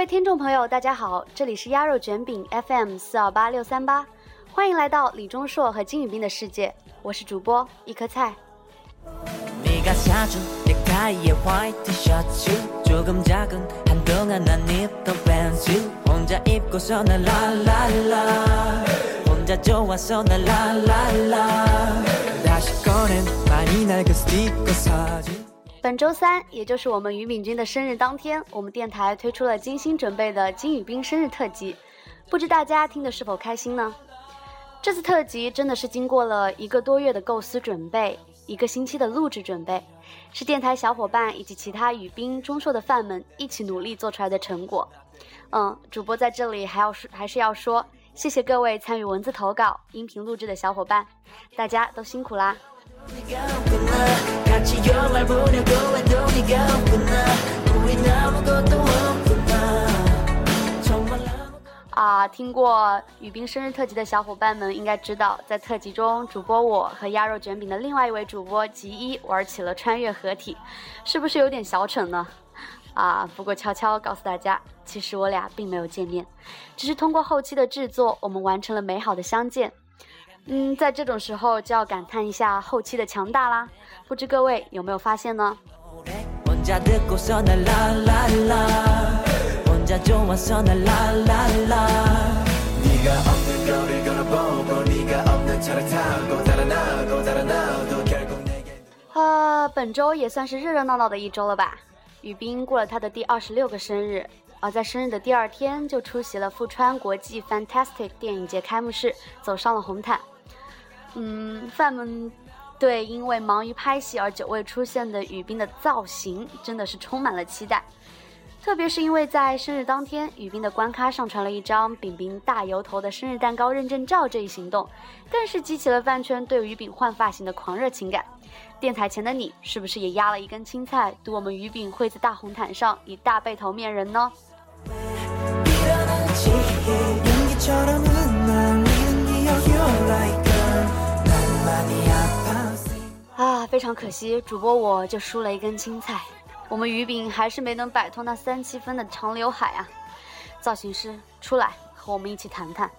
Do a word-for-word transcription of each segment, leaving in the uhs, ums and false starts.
位听众朋友大家好，这里是鸭肉卷饼 F M 四二八六三八，欢迎来到李钟硕和金宇彬的世界，我是主播一颗菜。本周三，也就是我们于敏君的生日当天，我们电台推出了精心准备的金宇彬生日特辑，不知大家听得是否开心呢？这次特辑真的是经过了一个多月的构思准备，一个星期的录制准备，是电台小伙伴以及其他宇彬、钟硕的饭们一起努力做出来的成果。嗯，主播在这里还要还是要说，谢谢各位参与文字投稿、音频录制的小伙伴，大家都辛苦啦！啊，听过宇彬生日特辑的小伙伴们应该知道，在特辑中，主播我和鸭肉卷饼的另外一位主播吉一玩起了穿越合体，是不是有点小蠢呢？啊，不过悄悄告诉大家，其实我俩并没有见面，只是通过后期的制作，我们完成了美好的相见。嗯，在这种时候就要感叹一下后期的强大啦，不知各位有没有发现呢？啊，本周也算是热热闹闹的一周了吧。宇彬过了他的第二十六个生日，而在生日的第二天就出席了富川国际 Fantastic 电影节开幕式，走上了红毯。嗯，饭们对因为忙于拍戏而久未出现的宇彬的造型真的是充满了期待，特别是因为在生日当天，宇彬的官咖上传了一张饼饼大油头的生日蛋糕认证照，这一行动更是激起了饭圈对宇彬换发型的狂热情感。电台前的你是不是也压了一根青菜，赌我们宇彬会在大红毯上以大背头面人呢？啊，非常可惜，主播我就输了一根青菜，我们宇彬还是没能摆脱那三七分的长刘海啊！造型师出来和我们一起谈谈。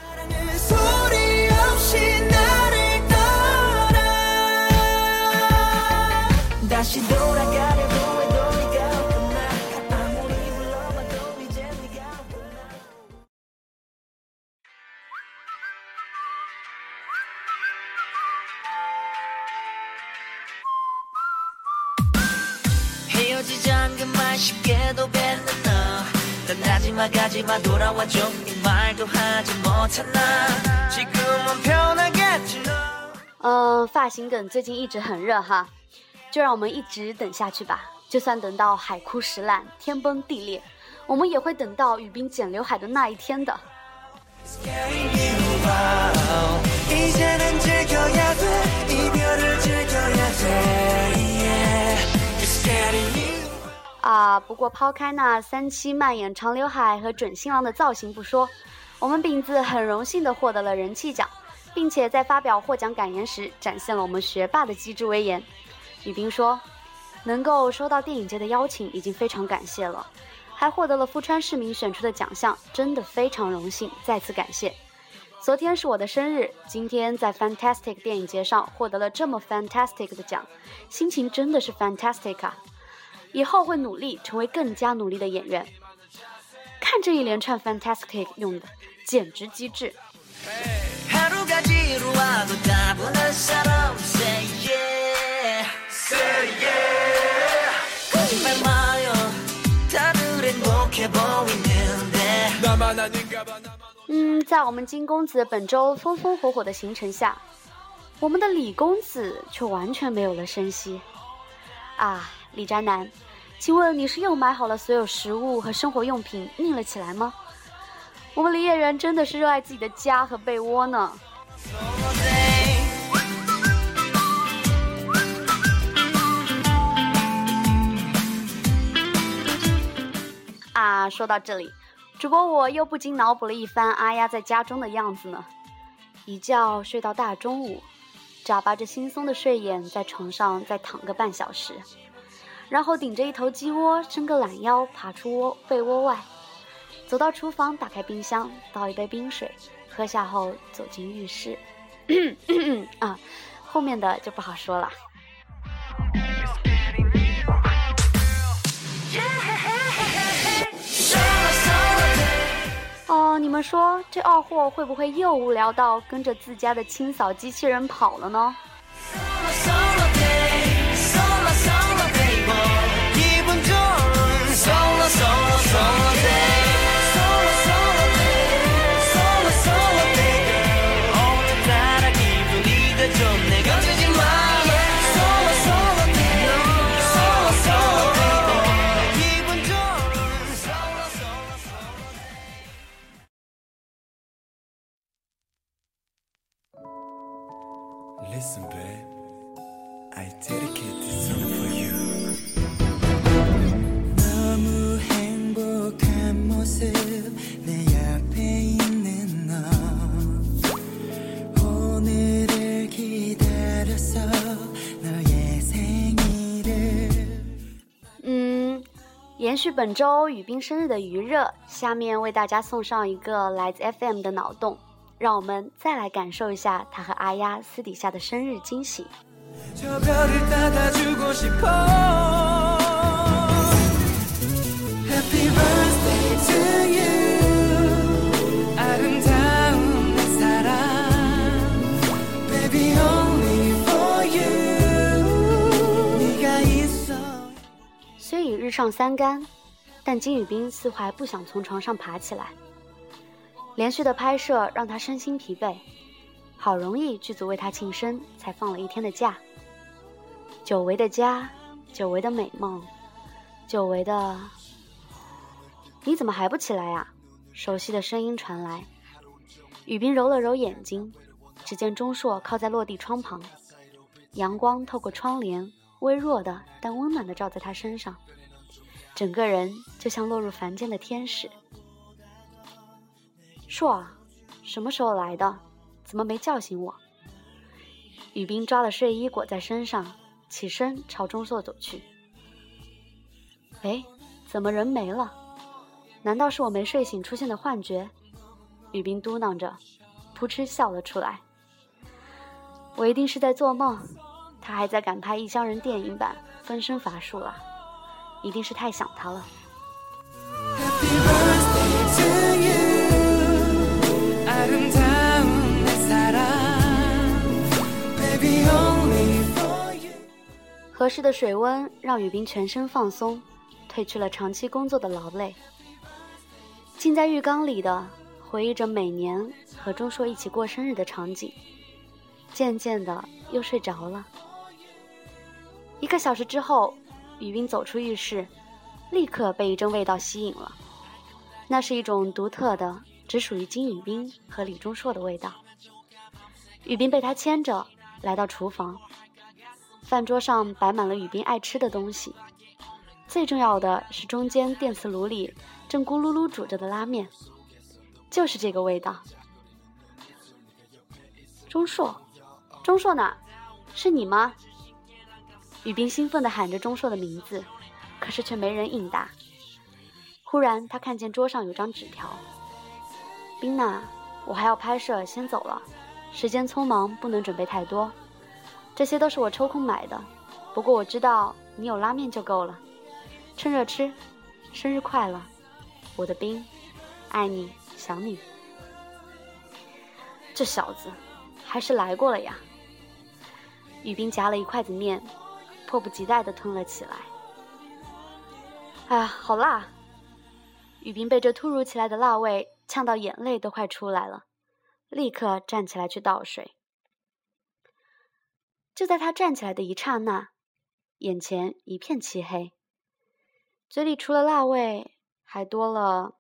呃，发型梗最近一直很热哈，就让我们一直等下去吧。就算等到海枯石烂、天崩地裂，我们也会等到宇彬剪刘海的那一天的。啊，不过抛开那三七漫眼长刘海和准新郎的造型不说，我们饼子很荣幸地获得了人气奖，并且在发表获奖感言时展现了我们学霸的机智威严。宇彬说，能够收到电影节的邀请已经非常感谢了，还获得了富川市民选出的奖项，真的非常荣幸，再次感谢。昨天是我的生日，今天在 Fantastic 电影节上获得了这么 Fantastic 的奖，心情真的是 Fantastic 啊！以后会努力成为更加努力的演员。看这一连串 Fantastic 用的简直机智。嗯，在我们金公子本周风风火火的行程下，我们的李公子却完全没有了声息。啊，李宅男，请问你是又买好了所有食物和生活用品腻了起来吗？我们李野人真的是热爱自己的家和被窝呢。啊，说到这里，主播我又不禁脑补了一番阿丫在家中的样子呢，一觉睡到大中午，眨巴着惺忪的睡眼在床上再躺个半小时，然后顶着一头鸡窝伸个懒腰爬出窝被窝外， 走到厨房，打开冰箱，倒一杯冰水，喝下后走进浴室。啊，后面的就不好说了。哦，你们说这二货会不会又无聊到跟着自家的清扫机器人跑了呢？ Listen, babe, I dedicate this song for you. 너무 행복한 모습 내 옆에 있는 너 오늘을 기다렸어 너의 생일을 嗯，延续本周雨冰生日的余热，下面为大家送上一个来自 F M 的脑洞。让我们再来感受一下他和阿丫私底下的生日惊喜。虽已日上三竿，但金宇彬似乎还不想从床上爬起来。连续的拍摄让他身心疲惫，好容易剧组为他庆生，才放了一天的假。久违的家，久违的美梦，久违的……你怎么还不起来呀？熟悉的声音传来。宇彬揉了揉眼睛，只见钟硕靠在落地窗旁，阳光透过窗帘，微弱的但温暖的照在他身上，整个人就像落入凡间的天使。硕儿，什么时候来的？怎么没叫醒我？宇彬抓了睡衣裹在身上，起身朝钟硕走去。哎，怎么人没了？难道是我没睡醒出现的幻觉？宇彬嘟囔着，扑哧笑了出来。我一定是在做梦，他还在赶拍《异乡人》电影版《分身乏术》了，一定是太想他了。合适的水温让宇彬全身放松，褪去了长期工作的劳累。浸在浴缸里的回忆着每年和钟硕一起过生日的场景，渐渐的又睡着了。一个小时之后，宇彬走出浴室，立刻被一阵味道吸引了。那是一种独特的只属于金宇彬和李钟硕的味道。宇彬被他牵着来到厨房，饭桌上摆满了宇彬爱吃的东西，最重要的是中间电磁炉里正咕噜噜煮着的拉面，就是这个味道。钟硕，钟硕呢？是你吗？宇彬兴奋地喊着钟硕的名字，可是却没人应答。忽然他看见桌上有张纸条：彬娜，我还要拍摄，先走了，时间匆忙，不能准备太多，这些都是我抽空买的，不过我知道你有拉面就够了，趁热吃，生日快乐，我的彬，爱你想你。这小子还是来过了呀。宇彬夹了一筷子面，迫不及待地吞了起来。哎呀，好辣！宇彬被这突如其来的辣味呛到眼泪都快出来了，立刻站起来去倒水。就在他站起来的一刹那，眼前一片漆黑，嘴里除了辣味还多了……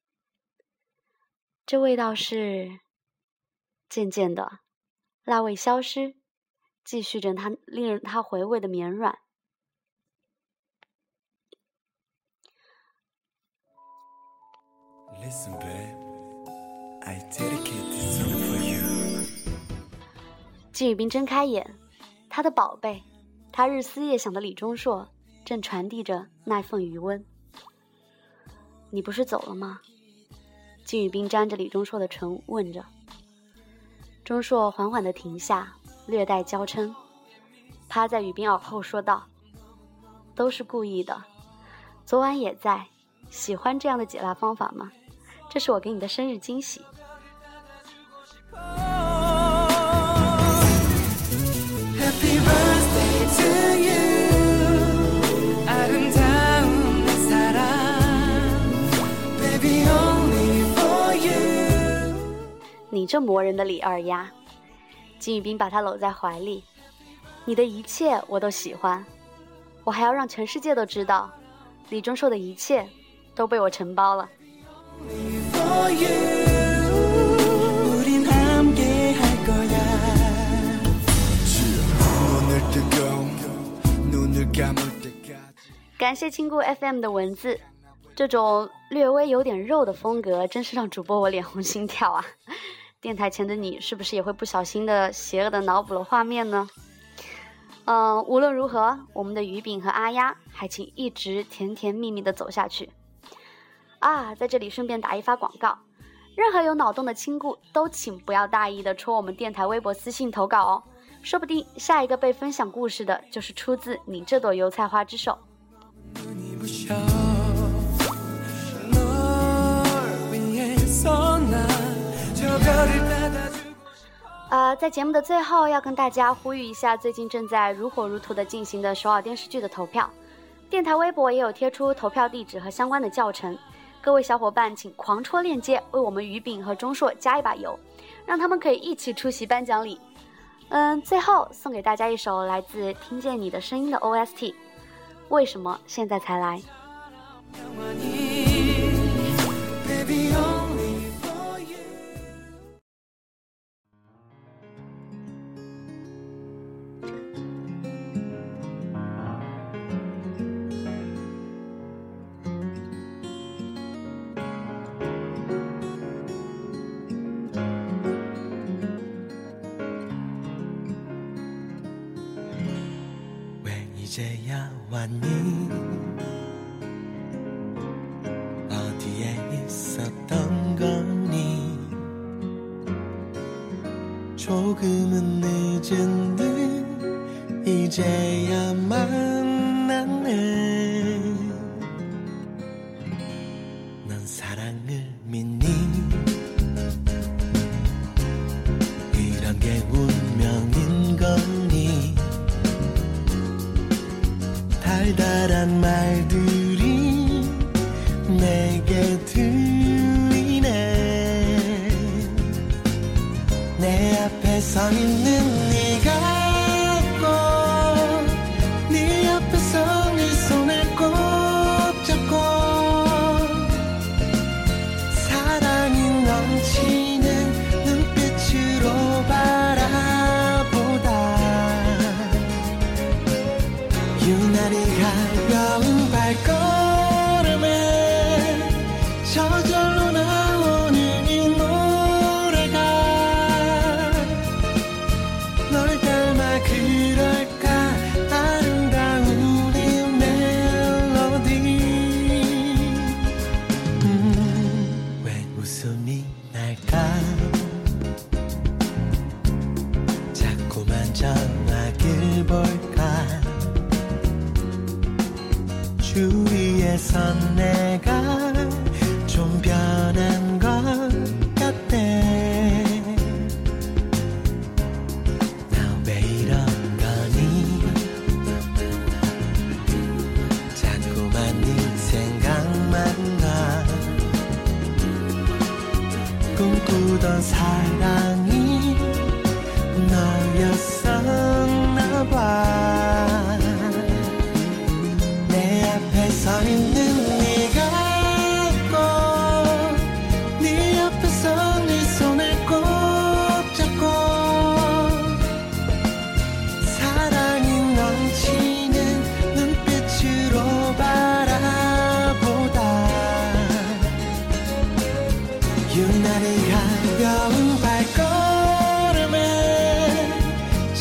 这味道是……渐渐的，辣味消失，继续着它令人他回味的绵软。 Listen, babe, I dedicate this song for you. 金宇彬睁开眼，他的宝贝，他日思夜想的李钟硕正传递着那份余温。你不是走了吗？ 金宇彬沾着李钟硕的唇问着。钟硕缓缓地停下，略带娇嗔，趴在宇彬耳后说道：都是故意的，昨晚也在，喜欢这样的解辣方法吗？这是我给你的生日惊喜。 Happy birthday to you. 아름다운 내 사랑. Baby only for you. 你这磨人的李二丫。金宇彬把他搂在怀里，你的一切我都喜欢，我还要让全世界都知道，李钟硕的一切都被我承包了。感谢亲故 F M 的文字，这种略微有点肉的风格真是让主播我脸红心跳啊。电台前的你是不是也会不小心的邪恶的脑补了画面呢？嗯，无论如何，我们的鱼饼和阿丫还请一直甜甜蜜蜜的走下去啊！在这里顺便打一发广告，任何有脑洞的亲故都请不要大意的戳我们电台微博私信投稿哦，说不定下一个被分享故事的就是出自你这朵油菜花之手。呃，在节目的最后要跟大家呼吁一下最近正在如火如荼的进行的首尔电视剧的投票，电台微博也有贴出投票地址和相关的教程，各位小伙伴请狂戳链接为我们鱼饼和钟硕加一把油，让他们可以一起出席颁奖礼。嗯，最后送给大家一首来自听见你的声音的 O S T， 为什么现在才来。 이제야 왔니 어디에 있었던 거니 조금은 늦은 듯 이제야 만났네 넌 사랑을 믿니 이런 게 운명인 거니 달달한 말들이 내게 들리네 내 앞에 서 있는 네가 꼭 네 앞에서 네 손을 꼭 잡고 사랑이 넘치는 눈빛으로 바라보다 유난히 가벼운 발걸음에 저절로 나오는 이 노래가 널 닮아 그럴까 아름다운 이 멜로디 음, 왜 웃음이 날까 자꾸만 전화길 볼까 주위에선 내가 좀 변한 것 같대 나 왜 이런 거니 자꾸만 네 생각만 나 꿈꾸던 사랑이 너였었나 봐 서 있는 네가 꼭 네 앞에서 네 손을 꼭 잡고 사랑이 넘치는 눈빛으로 바라보다 유난히 가벼운 발걸음에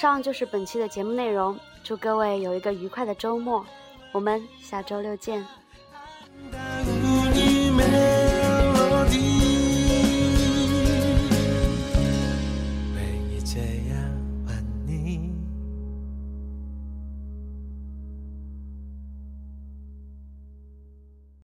上就是本期的节目内容，祝各位有一个愉快的周末，我们下周六见。 每一这样吻你